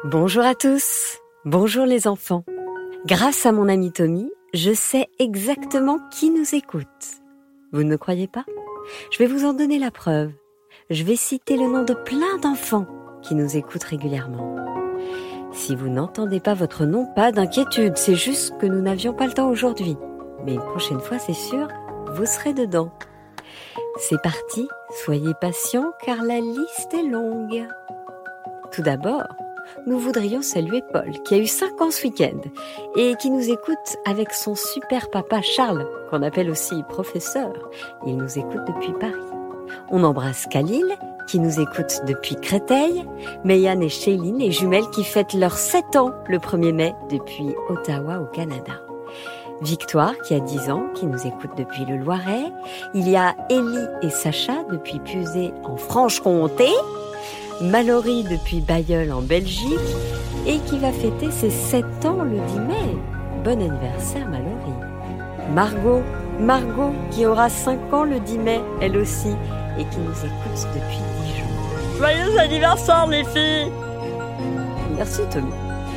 Bonjour à tous, bonjour les enfants. Grâce à mon ami Tommy, je sais exactement qui nous écoute. Vous ne me croyez pas ? Je vais vous en donner la preuve. Je vais citer le nom de plein d'enfants qui nous écoutent régulièrement. Si vous n'entendez pas votre nom, pas d'inquiétude, c'est juste que nous n'avions pas le temps aujourd'hui. Mais une prochaine fois, c'est sûr, vous serez dedans. C'est parti, soyez patients car la liste est longue. Tout d'abord, nous voudrions saluer Paul, qui a eu 5 ans ce week-end et qui nous écoute avec son super papa Charles, qu'on appelle aussi professeur. Il nous écoute depuis Paris. On embrasse Khalil, qui nous écoute depuis Créteil, Mayan et Shailene, les jumelles qui fêtent leurs 7 ans le 1er mai depuis Ottawa au Canada. Victoire, qui a 10 ans, qui nous écoute depuis le Loiret. Il y a Ellie et Sacha depuis Puisé en Franche-Comté. Mallory depuis Bailleul en Belgique et qui va fêter ses 7 ans le 10 mai. Bon anniversaire Mallory. Margot qui aura 5 ans le 10 mai, elle aussi, et qui nous écoute depuis Dijon. Joyeux anniversaire les filles! Merci Tommy.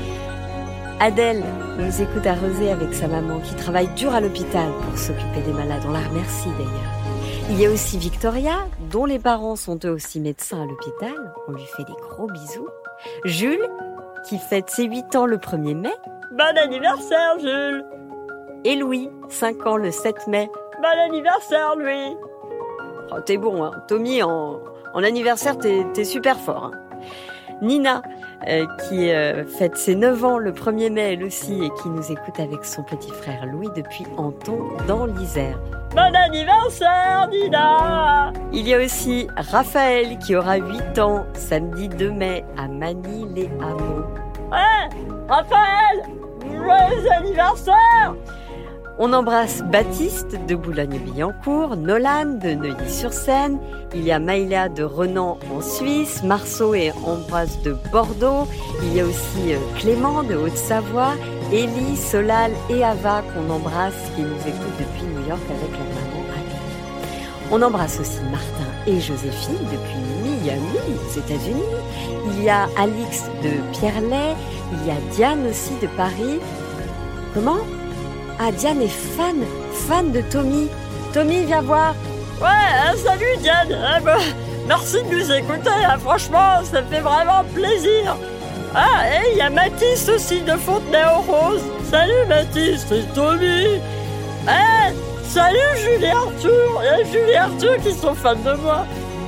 Adèle nous écoute à Rezé avec sa maman qui travaille dur à l'hôpital pour s'occuper des malades. On la remercie d'ailleurs. Il y a aussi Victoria, dont les parents sont eux aussi médecins à l'hôpital. On lui fait des gros bisous. Jules, qui fête ses 8 ans le 1er mai. Bon anniversaire, Jules! Et Louis, 5 ans le 7 mai. Bon anniversaire, Louis! Oh, t'es bon, hein. Tommy, en anniversaire, t'es super fort. Hein. Nina, qui fête ses 9 ans le 1er mai, elle aussi, et qui nous écoute avec son petit frère Louis depuis Anton, dans l'Isère. Bon anniversaire, Nina! Il y a aussi Raphaël, qui aura 8 ans, samedi 2 mai, à Manille-les-Hameaux. Ouais, Raphaël! Joyeux anniversaire! On embrasse Baptiste de Boulogne-Billancourt, Nolan de Neuilly-sur-Seine, il y a Maïla de Renan en Suisse, Marceau et Ambroise de Bordeaux, il y a aussi Clément de Haute-Savoie, Élie, Solal et Ava qu'on embrasse qui nous écoutent depuis New York avec leur maman Amélie. On embrasse aussi Martin et Joséphine depuis Miami, aux États-Unis. Il y a Alix de Pierrelet, il y a Diane aussi de Paris. Comment ? Ah, Diane est fan de Tommy. Tommy, viens voir. Ouais, salut Diane. Merci de nous écouter, hein. Franchement, ça fait vraiment plaisir. Ah, et il y a Mathis aussi de Fontenay-aux-Roses. Salut Mathis, c'est Tommy. Salut Julie et Arthur. Il y a Julie et Arthur qui sont fans de moi.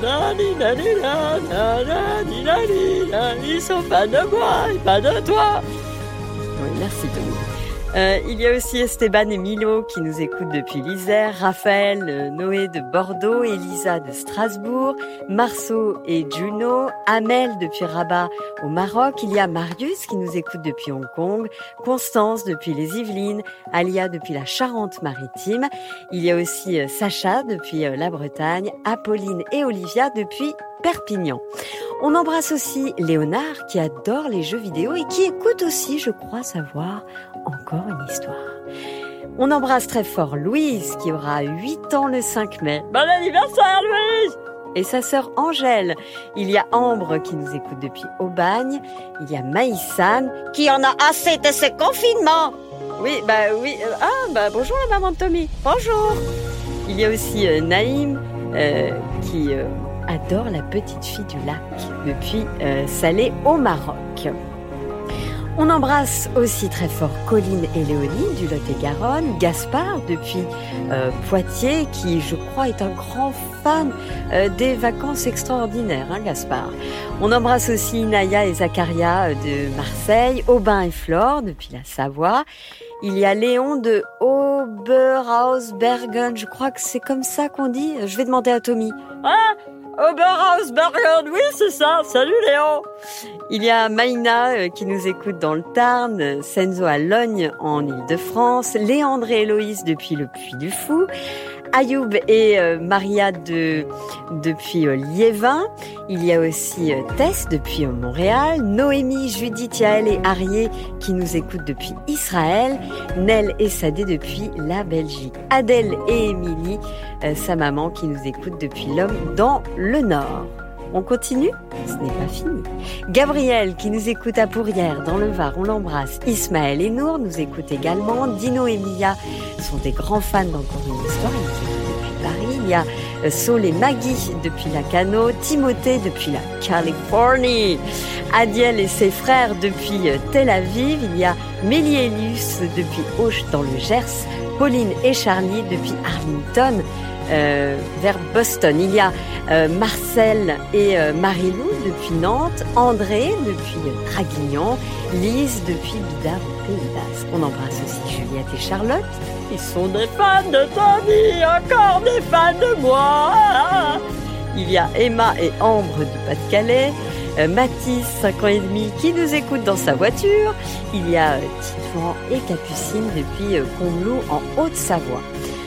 Ils sont fans de moi et pas de toi. Oui, merci Tommy. Il y a aussi Esteban et Milo qui nous écoutent depuis l'Isère, Raphaël, Noé de Bordeaux, Elisa de Strasbourg, Marceau et Juno, Amel depuis Rabat au Maroc, il y a Marius qui nous écoute depuis Hong Kong, Constance depuis les Yvelines, Alia depuis la Charente-Maritime, il y a aussi Sacha depuis la Bretagne, Apolline et Olivia depuis Perpignan. On embrasse aussi Léonard qui adore les jeux vidéo et qui écoute aussi, je crois savoir, encore une histoire. On embrasse très fort Louise qui aura 8 ans le 5 mai. Bon anniversaire Louise! Et sa sœur Angèle. Il y a Ambre qui nous écoute depuis Aubagne. Il y a Maïsane qui en a assez de ce confinement. Oui. Bonjour la maman de Tommy. Bonjour. Il y a aussi Naïm qui adore la petite fille du lac depuis Salé au Maroc. On embrasse aussi très fort Colline et Léonie du Lot-et-Garonne, Gaspard depuis Poitiers qui je crois est un grand fan des vacances extraordinaires, hein, Gaspard. On embrasse aussi Naya et Zacharia de Marseille, Aubin et Flore depuis la Savoie. Il y a Léon de Oberhausbergen, je crois que c'est comme ça qu'on dit. Je vais demander à Tommy. Ah, Oberhausbergen, oui c'est ça. Salut Léon. Il y a Maïna qui nous écoute dans le Tarn, Senzo à Logne en Île-de-France, Léandre et Héloïse depuis le Puy du Fou, Ayoub et Maria depuis Liévin. Il y a aussi Tess depuis Montréal, Noémie, Judith, Yael et Arié qui nous écoutent depuis Israël, Nel et Sadé depuis la Belgique, Adèle et Émilie, sa maman qui nous écoute depuis l'Homme dans le Nord. On continue? Ce n'est pas fini. Gabriel, qui nous écoute à Pourrières, dans le Var, on l'embrasse. Ismaël et Nour nous écoutent également. Dino et Mia sont des grands fans d'Encore une histoire. Ils nous écoutent depuis Paris. Il y a Saul et Maggie depuis la Cano. Timothée depuis la Californie. Adiel et ses frères depuis Tel Aviv. Il y a Mélielius depuis Auch dans le Gers. Pauline et Charlie depuis Arlington. Vers Boston. Il y a Marcel et Marie-Lou depuis Nantes, André depuis Draguignan, Lise depuis Bidart au Pays Basque. On embrasse aussi Juliette et Charlotte. Ils sont des fans de Tommy, encore des fans de moi. Il y a Emma et Ambre du Pas-de-Calais, Mathis, 5 ans et demi, qui nous écoute dans sa voiture. Il y a Titouan et Capucine depuis Combloux en Haute-Savoie.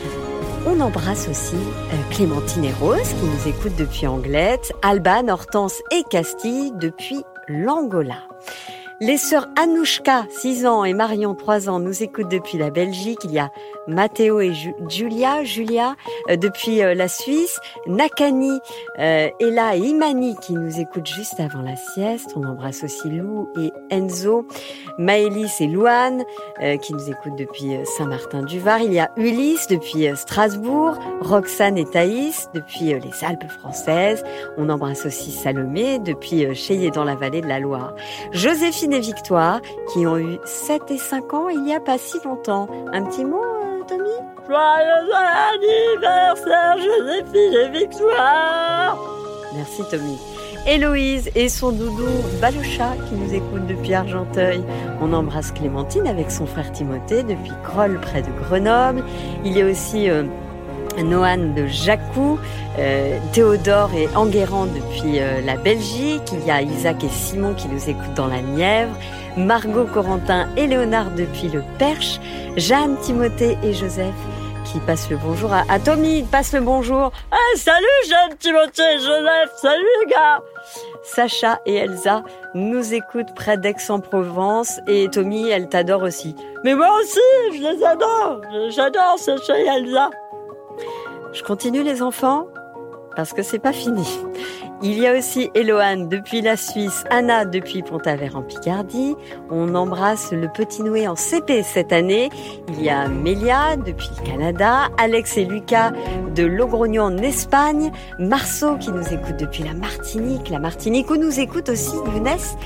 On embrasse aussi Clémentine et Rose qui nous écoutent depuis Anglette, Alban, Hortense et Castille depuis l'Angola. Les sœurs Anouchka, 6 ans, et Marion, 3 ans, nous écoutent depuis la Belgique. Il y a Mathéo et Julia depuis la Suisse. Nakani, Ella et Imani qui nous écoutent juste avant la sieste. On embrasse aussi Lou et Enzo. Maëlys et Louane qui nous écoutent depuis Saint-Martin-du-Var. Il y a Ulysse depuis Strasbourg. Roxane et Thaïs depuis les Alpes françaises. On embrasse aussi Salomé depuis Cheillet dans la vallée de la Loire. Joséphine et Victoire qui ont eu 7 et 5 ans il n'y a pas si longtemps. Un petit mot, Tommy? Joyeux anniversaire, Joséphine et Victoire! Merci, Tommy. Héloïse et son doudou Balocha qui nous écoute depuis Argenteuil. On embrasse Clémentine avec son frère Timothée depuis Crolles près de Grenoble. Il y a aussi Noan de Jacou, Théodore et Enguerrand depuis la Belgique. Il y a Isaac et Simon qui nous écoutent dans la Nièvre. Margot, Corentin et Léonard depuis le Perche. Jeanne, Timothée et Joseph qui passent le bonjour à Tommy. Passe le bonjour. Salut Jeanne, Timothée, Joseph. Salut les gars. Sacha et Elsa nous écoutent près d'Aix-en-Provence et Tommy, elle t'adore aussi. Mais moi aussi, je les adore. J'adore Sacha et Elsa. Je continue les enfants parce que c'est pas fini. Il y a aussi Eloane depuis la Suisse, Anna depuis Pont-Aven en Picardie. On embrasse le petit Noé en CP cette année. Il y a Mélia depuis le Canada, Alex et Lucas de Logroño en Espagne, Marceau qui nous écoute depuis la Martinique où nous écoute aussi Younes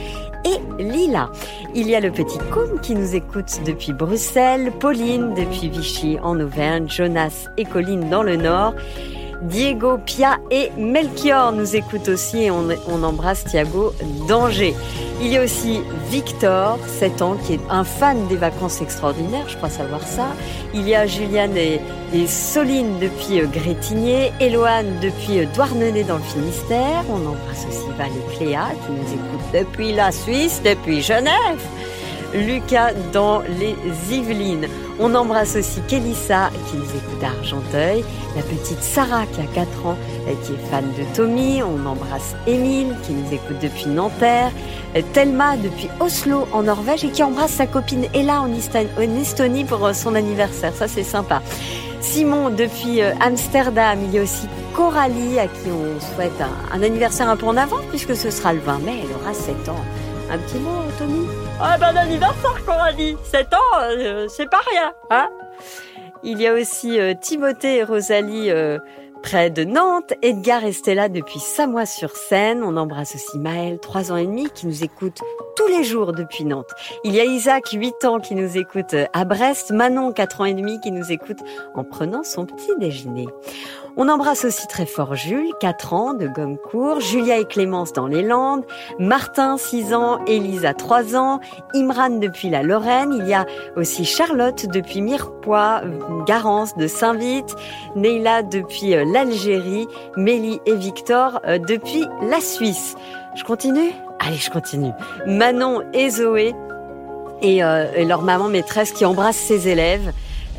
et Lila. Il y a le petit Côme qui nous écoute depuis Bruxelles, Pauline depuis Vichy en Auvergne, Jonas et Colline dans le Nord. Diego, Pia et Melchior nous écoutent aussi et on embrasse Thiago d'Angers. Il y a aussi Victor, 7 ans, qui est un fan des vacances extraordinaires, je crois savoir ça. Il y a Juliane et Soline depuis Grétigné, Éloane depuis Douarnenez dans le Finistère. On embrasse aussi Val et Cléa qui nous écoutent depuis la Suisse, depuis Genève. Lucas dans les Yvelines. On embrasse aussi Kélissa qui nous écoute à Argenteuil, la petite Sarah qui a 4 ans qui est fan de Tommy. On embrasse Émile qui nous écoute depuis Nanterre, Thelma depuis Oslo en Norvège et qui embrasse sa copine Ella en Estonie pour son anniversaire. Ça c'est sympa. Simon depuis Amsterdam. Il y a aussi Coralie à qui on souhaite un anniversaire un peu en avant puisque ce sera le 20 mai, elle aura 7 ans. Un petit mot, Tommy? Bon anniversaire, Coralie. 7 ans, c'est pas rien, hein? Il y a aussi Timothée et Rosalie près de Nantes, Edgar et Stella depuis Samois-sur-Seine. On embrasse aussi Maël, 3 ans et demi, qui nous écoute tous les jours depuis Nantes. Il y a Isaac, 8 ans, qui nous écoute à Brest. Manon, 4 ans et demi, qui nous écoute en prenant son petit déjeuner. On embrasse aussi très fort Jules, 4 ans, de Gommecourt, Julia et Clémence dans les Landes, Martin, 6 ans, Élisa, 3 ans, Imran depuis la Lorraine. Il y a aussi Charlotte depuis Mirepoix, Garance de Saint-Vite, Neila depuis l'Algérie, Mélie et Victor depuis la Suisse. Je continue? Allez, je continue. Manon et Zoé et leur maman maîtresse qui embrasse ses élèves.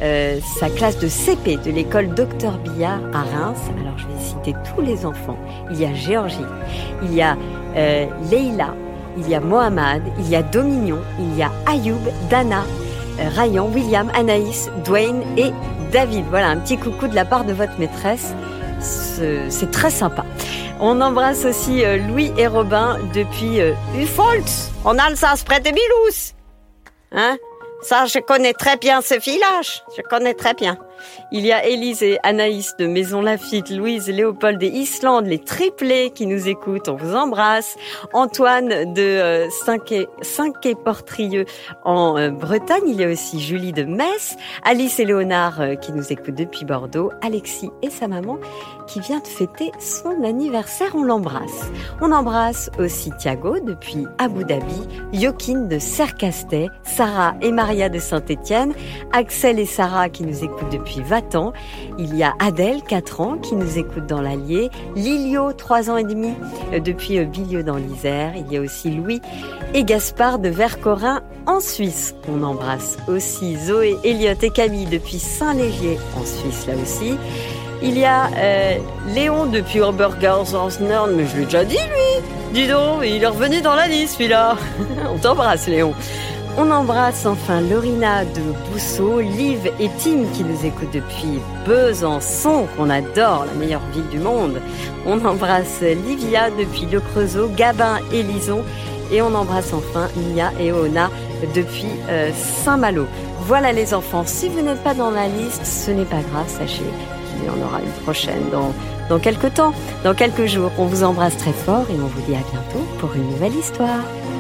Sa classe de CP de l'école Docteur Billard à Reims. Alors je vais citer tous les enfants. Il y a Géorgie, il y a Leïla, il y a Mohamed, il y a Dominion, il y a Ayoub, Dana, Ryan, William, Anaïs, Dwayne et David. Voilà, un petit coucou de la part de votre maîtresse. C'est très sympa. On embrasse aussi Louis et Robin depuis Ufolz, en Alsace, près de Mulhouse. Hein? Ça, je connais très bien ce village. Je connais très bien. Il y a Élise et Anaïs de Maison Lafitte, Louise, Léopold et Islande, les triplés qui nous écoutent. On vous embrasse. Antoine de Saint-Quay-Portrieux en Bretagne. Il y a aussi Julie de Metz, Alice et Léonard qui nous écoutent depuis Bordeaux, Alexis et sa maman qui vient de fêter son anniversaire. On l'embrasse. On embrasse aussi Thiago depuis Abu Dhabi, Jokin de Sercastet, Sarah et Maria de Saint-Étienne, Axel et Sarah qui nous écoutent depuis Vatan. Il y a Adèle, 4 ans, qui nous écoute dans l'Allier, Lilio, 3 ans et demi, depuis Bilieu dans l'Isère. Il y a aussi Louis et Gaspard de Vercorin en Suisse. On embrasse aussi Zoé, Elliot et Camille depuis Saint-Légier en Suisse là aussi. Il y a Léon depuis Obergers en Nord, mais je l'ai déjà dit lui. Dis donc, il est revenu dans la liste celui-là. On t'embrasse Léon. On embrasse enfin Lorina de Bousseau, Liv et Tim qui nous écoutent depuis Besançon, qu'on adore, la meilleure ville du monde. On embrasse Livia depuis Le Creusot, Gabin et Lison. Et on embrasse enfin Mia et Ona depuis Saint-Malo. Voilà les enfants, si vous n'êtes pas dans la liste, ce n'est pas grave, sachez qu'il y en aura une prochaine dans quelques temps, dans quelques jours. On vous embrasse très fort et on vous dit à bientôt pour une nouvelle histoire.